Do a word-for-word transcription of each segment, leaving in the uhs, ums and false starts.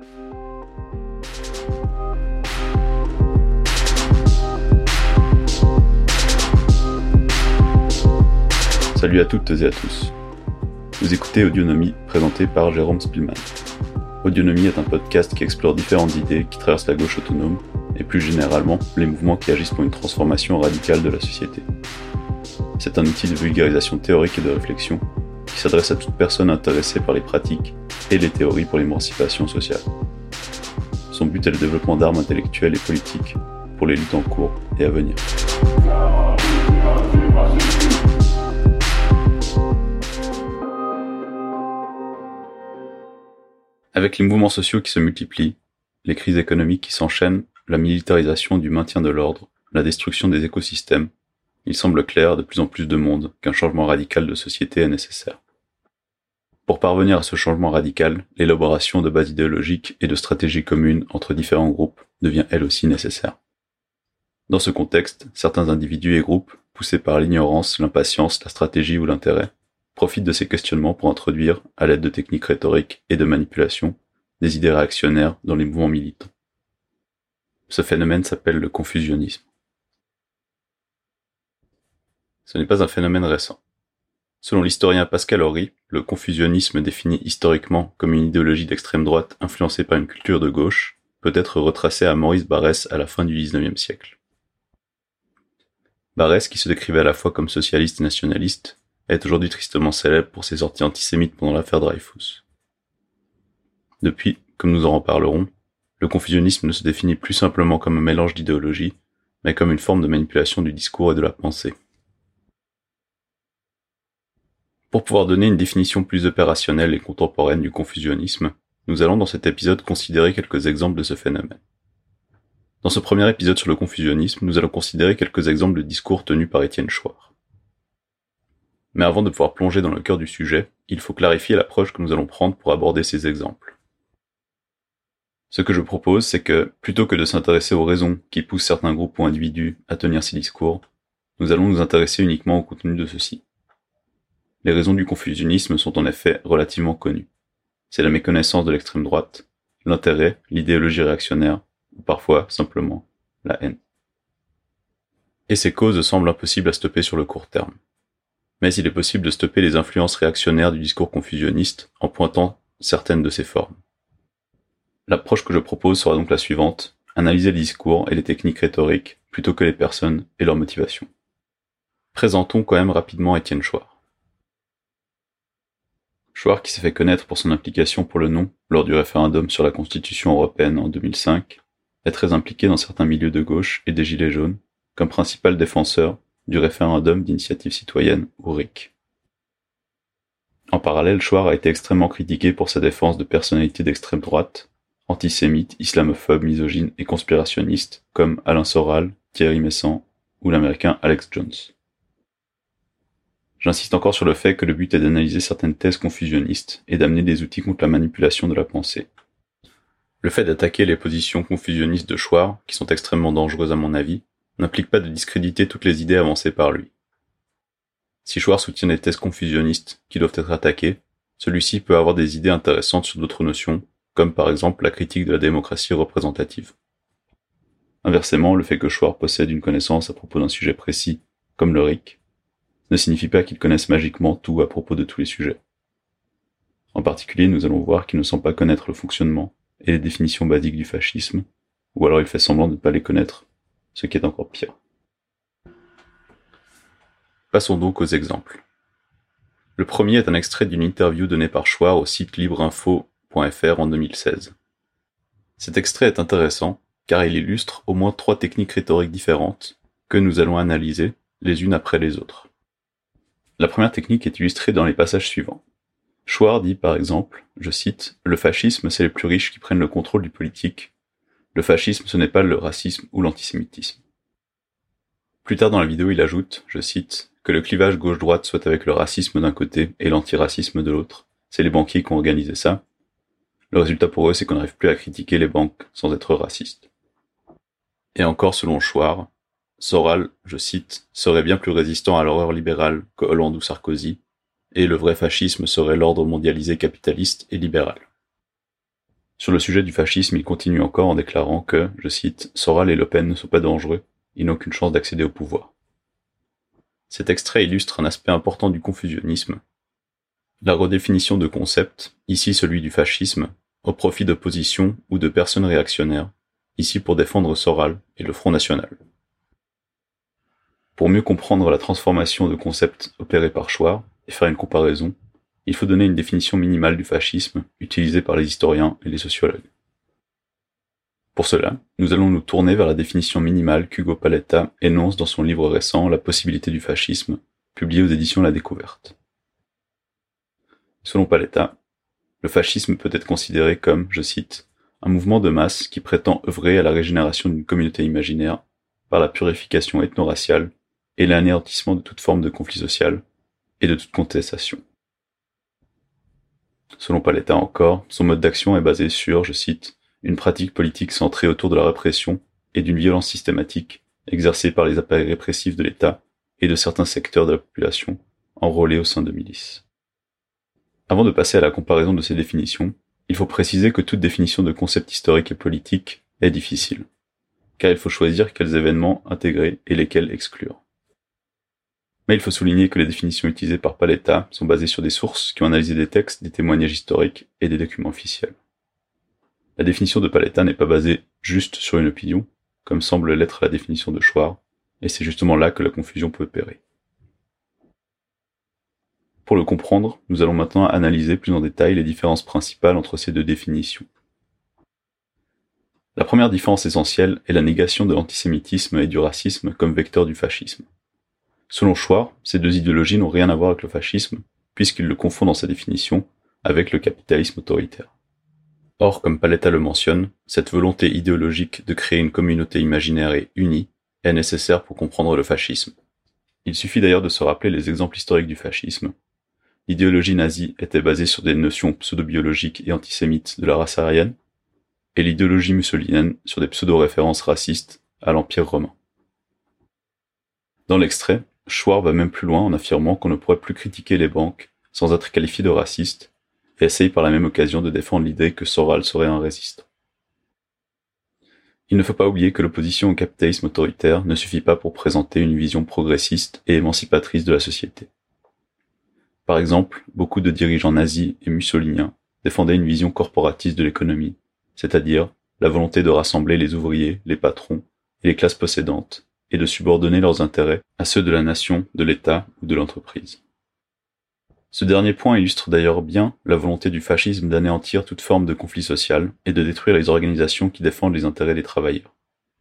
Salut à toutes et à tous. Vous écoutez Audionomie, présenté par Jérôme Spielmann. Audionomie est un podcast qui explore différentes idées qui traversent la gauche autonome et plus généralement les mouvements qui agissent pour une transformation radicale de la société. C'est un outil de vulgarisation théorique et de réflexion qui s'adresse à toute personne intéressée par les pratiques et les théories pour l'émancipation sociale. Son but est le développement d'armes intellectuelles et politiques pour les luttes en cours et à venir. Avec les mouvements sociaux qui se multiplient, les crises économiques qui s'enchaînent, la militarisation du maintien de l'ordre, la destruction des écosystèmes, il semble clair à de plus en plus de monde qu'un changement radical de société est nécessaire. Pour parvenir à ce changement radical, l'élaboration de bases idéologiques et de stratégies communes entre différents groupes devient elle aussi nécessaire. Dans ce contexte, certains individus et groupes, poussés par l'ignorance, l'impatience, la stratégie ou l'intérêt, profitent de ces questionnements pour introduire, à l'aide de techniques rhétoriques et de manipulation, des idées réactionnaires dans les mouvements militants. Ce phénomène s'appelle le confusionnisme. Ce n'est pas un phénomène récent. Selon l'historien Pascal Horry, le confusionnisme défini historiquement comme une idéologie d'extrême droite influencée par une culture de gauche peut être retracé à Maurice Barrès à la fin du dix-neuvième siècle. Barrès, qui se décrivait à la fois comme socialiste et nationaliste, est aujourd'hui tristement célèbre pour ses sorties antisémites pendant l'affaire Dreyfus. Depuis, comme nous en reparlerons, le confusionnisme ne se définit plus simplement comme un mélange d'idéologies, mais comme une forme de manipulation du discours et de la pensée. Pour pouvoir donner une définition plus opérationnelle et contemporaine du confusionnisme, nous allons dans cet épisode considérer quelques exemples de ce phénomène. Dans ce premier épisode sur le confusionnisme, nous allons considérer quelques exemples de discours tenus par Étienne Chouard. Mais avant de pouvoir plonger dans le cœur du sujet, il faut clarifier l'approche que nous allons prendre pour aborder ces exemples. Ce que je propose, c'est que, plutôt que de s'intéresser aux raisons qui poussent certains groupes ou individus à tenir ces discours, nous allons nous intéresser uniquement au contenu de ceux-ci. Les raisons du confusionnisme sont en effet relativement connues. C'est la méconnaissance de l'extrême droite, l'intérêt, l'idéologie réactionnaire, ou parfois, simplement, la haine. Et ces causes semblent impossibles à stopper sur le court terme. Mais il est possible de stopper les influences réactionnaires du discours confusionniste en pointant certaines de ses formes. L'approche que je propose sera donc la suivante, analyser les discours et les techniques rhétoriques plutôt que les personnes et leurs motivations. Présentons quand même rapidement Étienne Chouard. Chouard, qui s'est fait connaître pour son implication pour le non lors du référendum sur la Constitution européenne en deux mille cinq, est très impliqué dans certains milieux de gauche et des Gilets jaunes, comme principal défenseur du référendum d'initiative citoyenne, ou R I C. En parallèle, Chouard a été extrêmement critiqué pour sa défense de personnalités d'extrême droite, antisémites, islamophobes, misogynes et conspirationnistes, comme Alain Soral, Thierry Meyssan ou l'américain Alex Jones. J'insiste encore sur le fait que le but est d'analyser certaines thèses confusionnistes et d'amener des outils contre la manipulation de la pensée. Le fait d'attaquer les positions confusionnistes de Chouard, qui sont extrêmement dangereuses à mon avis, n'implique pas de discréditer toutes les idées avancées par lui. Si Chouard soutient des thèses confusionnistes qui doivent être attaquées, celui-ci peut avoir des idées intéressantes sur d'autres notions, comme par exemple la critique de la démocratie représentative. Inversement, le fait que Chouard possède une connaissance à propos d'un sujet précis, comme le R I C, ne signifie pas qu'il connaisse magiquement tout à propos de tous les sujets. En particulier, nous allons voir qu'il ne semble pas connaître le fonctionnement et les définitions basiques du fascisme, ou alors il fait semblant de ne pas les connaître, ce qui est encore pire. Passons donc aux exemples. Le premier est un extrait d'une interview donnée par Chouard au site libreinfo point f r en deux mille seize. Cet extrait est intéressant car il illustre au moins trois techniques rhétoriques différentes que nous allons analyser les unes après les autres. La première technique est illustrée dans les passages suivants. Chouard dit par exemple, je cite, « Le fascisme, c'est les plus riches qui prennent le contrôle du politique. Le fascisme, ce n'est pas le racisme ou l'antisémitisme. » Plus tard dans la vidéo, il ajoute, je cite, « Que le clivage gauche-droite soit avec le racisme d'un côté et l'antiracisme de l'autre. C'est les banquiers qui ont organisé ça. Le résultat pour eux, c'est qu'on n'arrive plus à critiquer les banques sans être raciste. » Et encore selon Chouard, Soral, je cite, « serait bien plus résistant à l'horreur libérale que Hollande ou Sarkozy, et le vrai fascisme serait l'ordre mondialisé capitaliste et libéral. » Sur le sujet du fascisme, il continue encore en déclarant que, je cite, « Soral et Le Pen ne sont pas dangereux, ils n'ont aucune chance d'accéder au pouvoir ». Cet extrait illustre un aspect important du confusionnisme, la redéfinition de concepts, ici celui du fascisme, au profit d'oppositions ou de personnes réactionnaires, ici pour défendre Soral et le Front National. Pour mieux comprendre la transformation de concepts opérée par Chouard et faire une comparaison, il faut donner une définition minimale du fascisme utilisée par les historiens et les sociologues. Pour cela, nous allons nous tourner vers la définition minimale qu'Hugo Paletta énonce dans son livre récent La possibilité du fascisme, publié aux éditions La Découverte. Selon Paletta, le fascisme peut être considéré comme, je cite, un mouvement de masse qui prétend œuvrer à la régénération d'une communauté imaginaire par la purification ethno-raciale et l'anéantissement de toute forme de conflit social et de toute contestation. Selon Paletta encore, son mode d'action est basé sur, je cite, une pratique politique centrée autour de la répression et d'une violence systématique exercée par les appareils répressifs de l'État et de certains secteurs de la population enrôlés au sein de milices. Avant de passer à la comparaison de ces définitions, il faut préciser que toute définition de concept historique et politique est difficile, car il faut choisir quels événements intégrer et lesquels exclure. Mais il faut souligner que les définitions utilisées par Paletta sont basées sur des sources qui ont analysé des textes, des témoignages historiques et des documents officiels. La définition de Paletta n'est pas basée juste sur une opinion, comme semble l'être la définition de Chouard, et c'est justement là que la confusion peut opérer. Pour le comprendre, nous allons maintenant analyser plus en détail les différences principales entre ces deux définitions. La première différence essentielle est la négation de l'antisémitisme et du racisme comme vecteur du fascisme. Selon Chouard, ces deux idéologies n'ont rien à voir avec le fascisme, puisqu'il le confond dans sa définition avec le capitalisme autoritaire. Or, comme Paletta le mentionne, cette volonté idéologique de créer une communauté imaginaire et unie est nécessaire pour comprendre le fascisme. Il suffit d'ailleurs de se rappeler les exemples historiques du fascisme. L'idéologie nazie était basée sur des notions pseudo-biologiques et antisémites de la race aryenne, et l'idéologie mussolinienne sur des pseudo-références racistes à l'Empire romain. Dans l'extrait, Chouard va même plus loin en affirmant qu'on ne pourrait plus critiquer les banques sans être qualifié de raciste, et essaye par la même occasion de défendre l'idée que Soral serait un résistant. Il ne faut pas oublier que l'opposition au capitalisme autoritaire ne suffit pas pour présenter une vision progressiste et émancipatrice de la société. Par exemple, beaucoup de dirigeants nazis et mussoliniens défendaient une vision corporatiste de l'économie, c'est-à-dire la volonté de rassembler les ouvriers, les patrons et les classes possédantes, et de subordonner leurs intérêts à ceux de la nation, de l'État ou de l'entreprise. Ce dernier point illustre d'ailleurs bien la volonté du fascisme d'anéantir toute forme de conflit social et de détruire les organisations qui défendent les intérêts des travailleurs.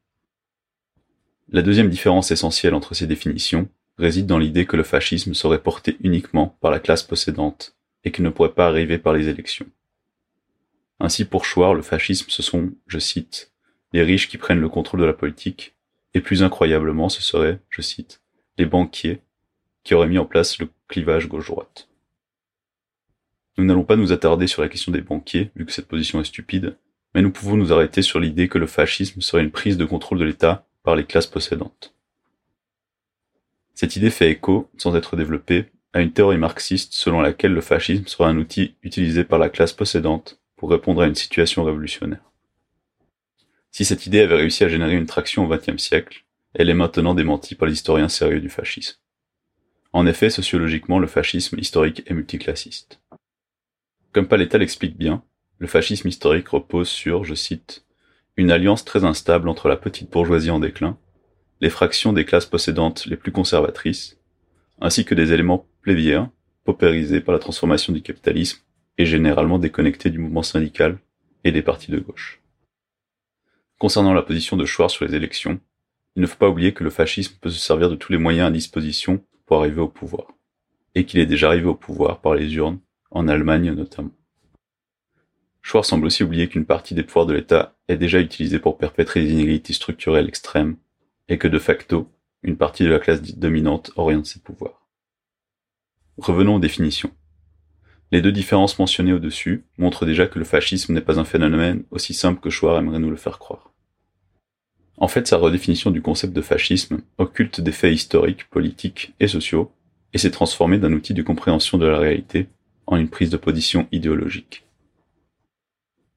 La deuxième différence essentielle entre ces définitions réside dans l'idée que le fascisme serait porté uniquement par la classe possédante et qu'il ne pourrait pas arriver par les élections. Ainsi pour Chouard, le fascisme ce sont, je cite, les riches qui prennent le contrôle de la politique, et plus incroyablement ce seraient, je cite, les banquiers qui auraient mis en place le clivage gauche-droite. Nous n'allons pas nous attarder sur la question des banquiers, vu que cette position est stupide, mais nous pouvons nous arrêter sur l'idée que le fascisme serait une prise de contrôle de l'État par les classes possédantes. Cette idée fait écho, sans être développée, à une théorie marxiste selon laquelle le fascisme serait un outil utilisé par la classe possédante pour répondre à une situation révolutionnaire. Si cette idée avait réussi à générer une traction au vingtième siècle, elle est maintenant démentie par les historiens sérieux du fascisme. En effet, sociologiquement, le fascisme historique est multiclassiste. Comme Paletta l'explique bien, le fascisme historique repose sur, je cite, une alliance très instable entre la petite bourgeoisie en déclin, les fractions des classes possédantes les plus conservatrices, ainsi que des éléments plébéiens, paupérisés par la transformation du capitalisme et généralement déconnectés du mouvement syndical et des partis de gauche. Concernant la position de Chouard sur les élections, il ne faut pas oublier que le fascisme peut se servir de tous les moyens à disposition pour arriver au pouvoir, et qu'il est déjà arrivé au pouvoir par les urnes, en Allemagne notamment. Chouard semble aussi oublier qu'une partie des pouvoirs de l'État est déjà utilisée pour perpétrer des inégalités structurelles extrêmes, et que de facto, une partie de la classe dite dominante oriente ses pouvoirs. Revenons aux définitions. Les deux différences mentionnées au-dessus montrent déjà que le fascisme n'est pas un phénomène aussi simple que Chouard aimerait nous le faire croire. En fait, sa redéfinition du concept de fascisme occulte des faits historiques, politiques et sociaux, et s'est transformé d'un outil de compréhension de la réalité en une prise de position idéologique.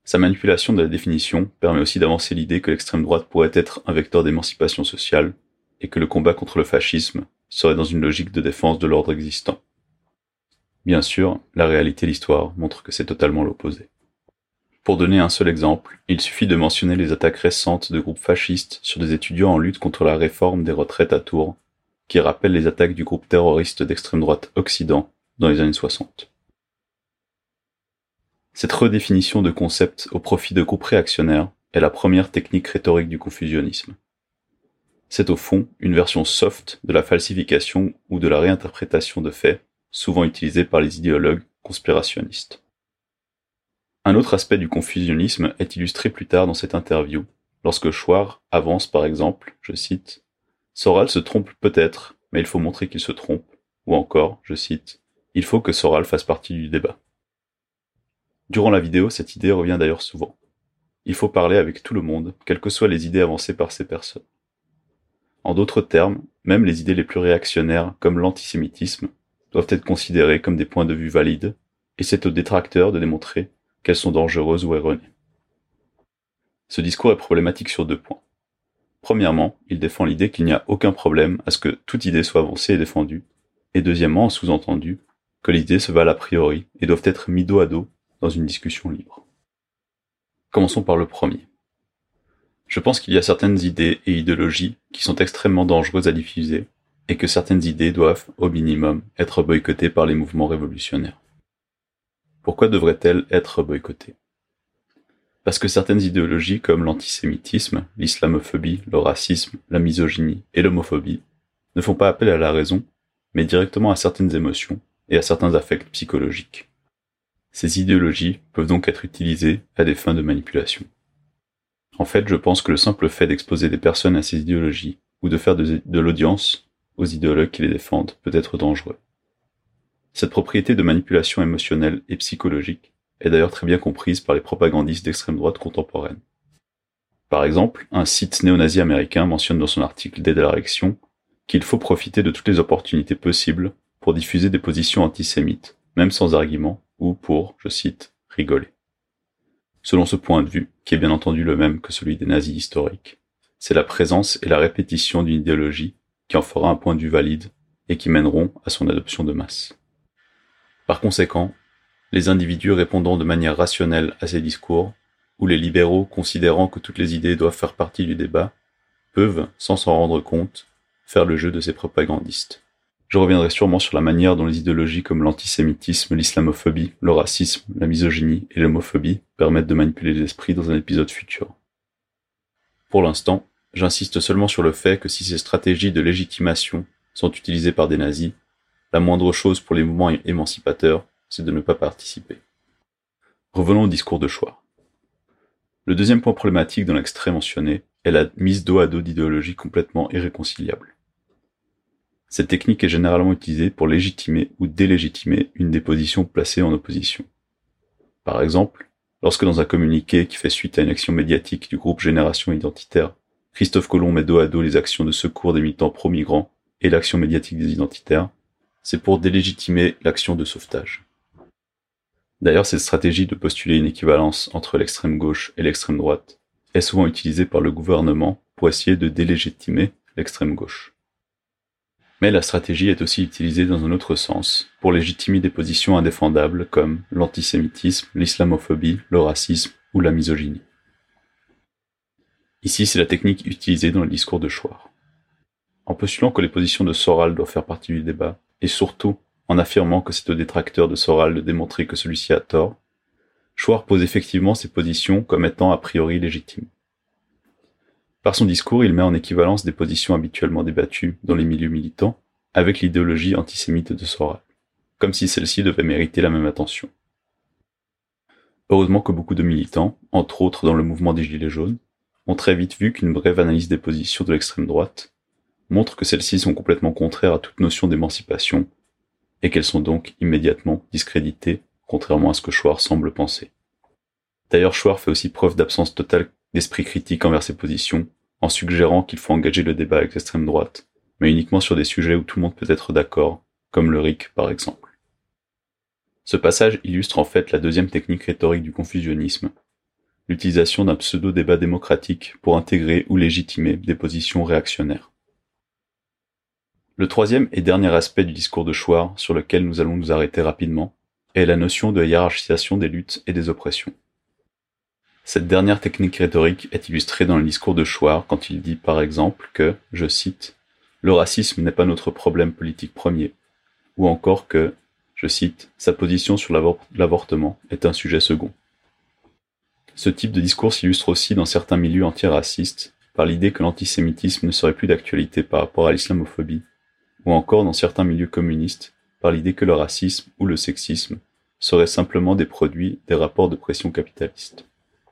Sa manipulation de la définition permet aussi d'avancer l'idée que l'extrême droite pourrait être un vecteur d'émancipation sociale et que le combat contre le fascisme serait dans une logique de défense de l'ordre existant. Bien sûr, la réalité de l'histoire montre que c'est totalement l'opposé. Pour donner un seul exemple, il suffit de mentionner les attaques récentes de groupes fascistes sur des étudiants en lutte contre la réforme des retraites à Tours, qui rappellent les attaques du groupe terroriste d'extrême droite Occident dans les années soixante. Cette redéfinition de concepts au profit de groupes réactionnaires est la première technique rhétorique du confusionnisme. C'est au fond une version soft de la falsification ou de la réinterprétation de faits, souvent utilisée par les idéologues conspirationnistes. Un autre aspect du confusionnisme est illustré plus tard dans cette interview, lorsque Chouard avance par exemple, je cite, « Soral se trompe peut-être, mais il faut montrer qu'il se trompe », ou encore, je cite, « Il faut que Soral fasse partie du débat ». Durant la vidéo, cette idée revient d'ailleurs souvent. Il faut parler avec tout le monde, quelles que soient les idées avancées par ces personnes. En d'autres termes, même les idées les plus réactionnaires, comme l'antisémitisme, doivent être considérées comme des points de vue valides, et c'est aux détracteurs de démontrer qu'elles sont dangereuses ou erronées. Ce discours est problématique sur deux points. Premièrement, il défend l'idée qu'il n'y a aucun problème à ce que toute idée soit avancée et défendue, et deuxièmement, sous-entendu, que les idées se valent a priori et doivent être mis dos à dos dans une discussion libre. Commençons par le premier. Je pense qu'il y a certaines idées et idéologies qui sont extrêmement dangereuses à diffuser, et que certaines idées doivent, au minimum, être boycottées par les mouvements révolutionnaires. Pourquoi devraient-elles être boycottées ? Parce que certaines idéologies comme l'antisémitisme, l'islamophobie, le racisme, la misogynie et l'homophobie ne font pas appel à la raison, mais directement à certaines émotions et à certains affects psychologiques. Ces idéologies peuvent donc être utilisées à des fins de manipulation. En fait, je pense que le simple fait d'exposer des personnes à ces idéologies ou de faire de, de l'audience aux idéologues qui les défendent peut être dangereux. Cette propriété de manipulation émotionnelle et psychologique est d'ailleurs très bien comprise par les propagandistes d'extrême droite contemporaine. Par exemple, un site néo-nazi américain mentionne dans son article d'aide à la réaction qu'il faut profiter de toutes les opportunités possibles pour diffuser des positions antisémites, même sans argument, ou pour, je cite, rigoler. Selon ce point de vue, qui est bien entendu le même que celui des nazis historiques, c'est la présence et la répétition d'une idéologie qui en fera un point de vue valide et qui mèneront à son adoption de masse. Par conséquent, les individus répondant de manière rationnelle à ces discours, ou les libéraux considérant que toutes les idées doivent faire partie du débat, peuvent, sans s'en rendre compte, faire le jeu de ces propagandistes. Je reviendrai sûrement sur la manière dont les idéologies comme l'antisémitisme, l'islamophobie, le racisme, la misogynie et l'homophobie permettent de manipuler l'esprit dans un épisode futur. Pour l'instant, j'insiste seulement sur le fait que si ces stratégies de légitimation sont utilisées par des nazis, la moindre chose pour les mouvements émancipateurs, c'est de ne pas participer. Revenons au discours de Chouard. Le deuxième point problématique dans l'extrait mentionné est la mise dos à dos d'idéologies complètement irréconciliables. Cette technique est généralement utilisée pour légitimer ou délégitimer une des positions placées en opposition. Par exemple, lorsque dans un communiqué qui fait suite à une action médiatique du groupe Génération Identitaire, Christophe Colomb met dos à dos les actions de secours des militants pro-migrants et l'action médiatique des identitaires, c'est pour délégitimer l'action de sauvetage. D'ailleurs, cette stratégie de postuler une équivalence entre l'extrême gauche et l'extrême droite est souvent utilisée par le gouvernement pour essayer de délégitimer l'extrême gauche. Mais la stratégie est aussi utilisée dans un autre sens, pour légitimer des positions indéfendables comme l'antisémitisme, l'islamophobie, le racisme ou la misogynie. Ici, c'est la technique utilisée dans le discours de Chouard. En postulant que les positions de Soral doivent faire partie du débat, et surtout en affirmant que c'est aux détracteurs de Soral de démontrer que celui-ci a tort, Chouard pose effectivement ces positions comme étant a priori légitimes. Par son discours, il met en équivalence des positions habituellement débattues dans les milieux militants avec l'idéologie antisémite de Soral, comme si celle-ci devait mériter la même attention. Heureusement que beaucoup de militants, entre autres dans le mouvement des Gilets jaunes, ont très vite vu qu'une brève analyse des positions de l'extrême droite montre que celles-ci sont complètement contraires à toute notion d'émancipation et qu'elles sont donc immédiatement discréditées, contrairement à ce que Chouard semble penser. D'ailleurs, Chouard fait aussi preuve d'absence totale d'esprit critique envers ses positions, en suggérant qu'il faut engager le débat avec l'extrême droite, mais uniquement sur des sujets où tout le monde peut être d'accord, comme le R I C par exemple. Ce passage illustre en fait la deuxième technique rhétorique du confusionnisme, l'utilisation d'un pseudo-débat démocratique pour intégrer ou légitimer des positions réactionnaires. Le troisième et dernier aspect du discours de Chouard sur lequel nous allons nous arrêter rapidement est la notion de hiérarchisation des luttes et des oppressions. Cette dernière technique rhétorique est illustrée dans le discours de Chouard quand il dit par exemple que, je cite, « le racisme n'est pas notre problème politique premier », ou encore que, je cite, « sa position sur l'avortement est un sujet second ». Ce type de discours s'illustre aussi dans certains milieux antiracistes par l'idée que l'antisémitisme ne serait plus d'actualité par rapport à l'islamophobie, ou encore dans certains milieux communistes par l'idée que le racisme ou le sexisme seraient simplement des produits des rapports de pression capitalistes.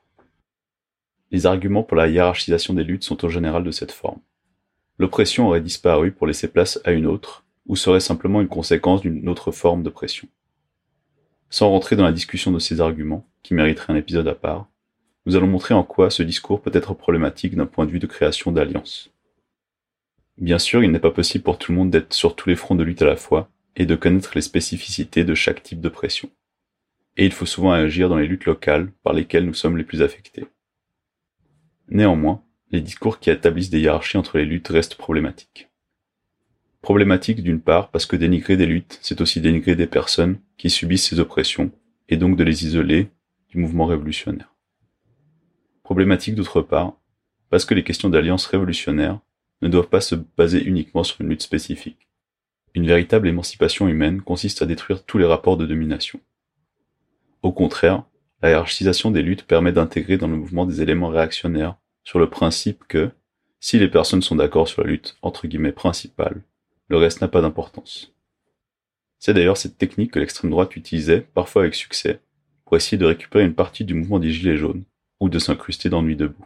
Les arguments pour la hiérarchisation des luttes sont en général de cette forme. L'oppression aurait disparu pour laisser place à une autre, ou serait simplement une conséquence d'une autre forme d'oppression. Sans rentrer dans la discussion de ces arguments, qui mériteraient un épisode à part, nous allons montrer en quoi ce discours peut être problématique d'un point de vue de création d'alliances. Bien sûr, il n'est pas possible pour tout le monde d'être sur tous les fronts de lutte à la fois, et de connaître les spécificités de chaque type de pression. Et il faut souvent agir dans les luttes locales par lesquelles nous sommes les plus affectés. Néanmoins, les discours qui établissent des hiérarchies entre les luttes restent problématiques. Problématiques d'une part parce que dénigrer des luttes, c'est aussi dénigrer des personnes qui subissent ces oppressions, et donc de les isoler du mouvement révolutionnaire. Problématique d'autre part, parce que les questions d'alliance révolutionnaire ne doivent pas se baser uniquement sur une lutte spécifique. Une véritable émancipation humaine consiste à détruire tous les rapports de domination. Au contraire, la hiérarchisation des luttes permet d'intégrer dans le mouvement des éléments réactionnaires sur le principe que, si les personnes sont d'accord sur la lutte entre guillemets principale, le reste n'a pas d'importance. C'est d'ailleurs cette technique que l'extrême droite utilisait, parfois avec succès, pour essayer de récupérer une partie du mouvement des Gilets jaunes, ou de s'incruster dans Nuit debout.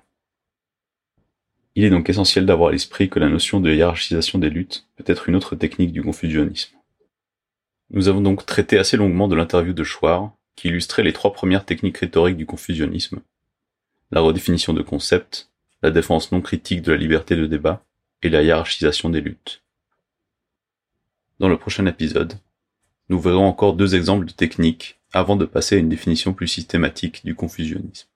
Il est donc essentiel d'avoir à l'esprit que la notion de hiérarchisation des luttes peut être une autre technique du confusionnisme. Nous avons donc traité assez longuement de l'interview de Chouard, qui illustrait les trois premières techniques rhétoriques du confusionnisme, la redéfinition de concepts, la défense non critique de la liberté de débat et la hiérarchisation des luttes. Dans le prochain épisode, nous verrons encore deux exemples de techniques avant de passer à une définition plus systématique du confusionnisme.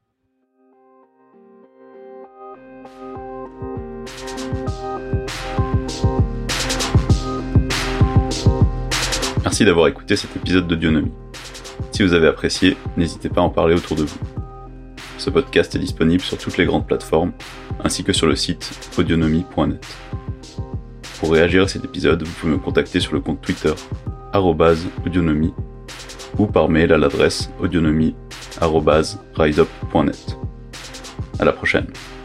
Merci d'avoir écouté cet épisode d'Audionomie. Si vous avez apprécié, n'hésitez pas à en parler autour de vous. Ce podcast est disponible sur toutes les grandes plateformes, ainsi que sur le site audionomie point net. Pour réagir à cet épisode, vous pouvez me contacter sur le compte Twitter arobase audionomie ou par mail à l'adresse audionomie arobase riseup point net. À la prochaine.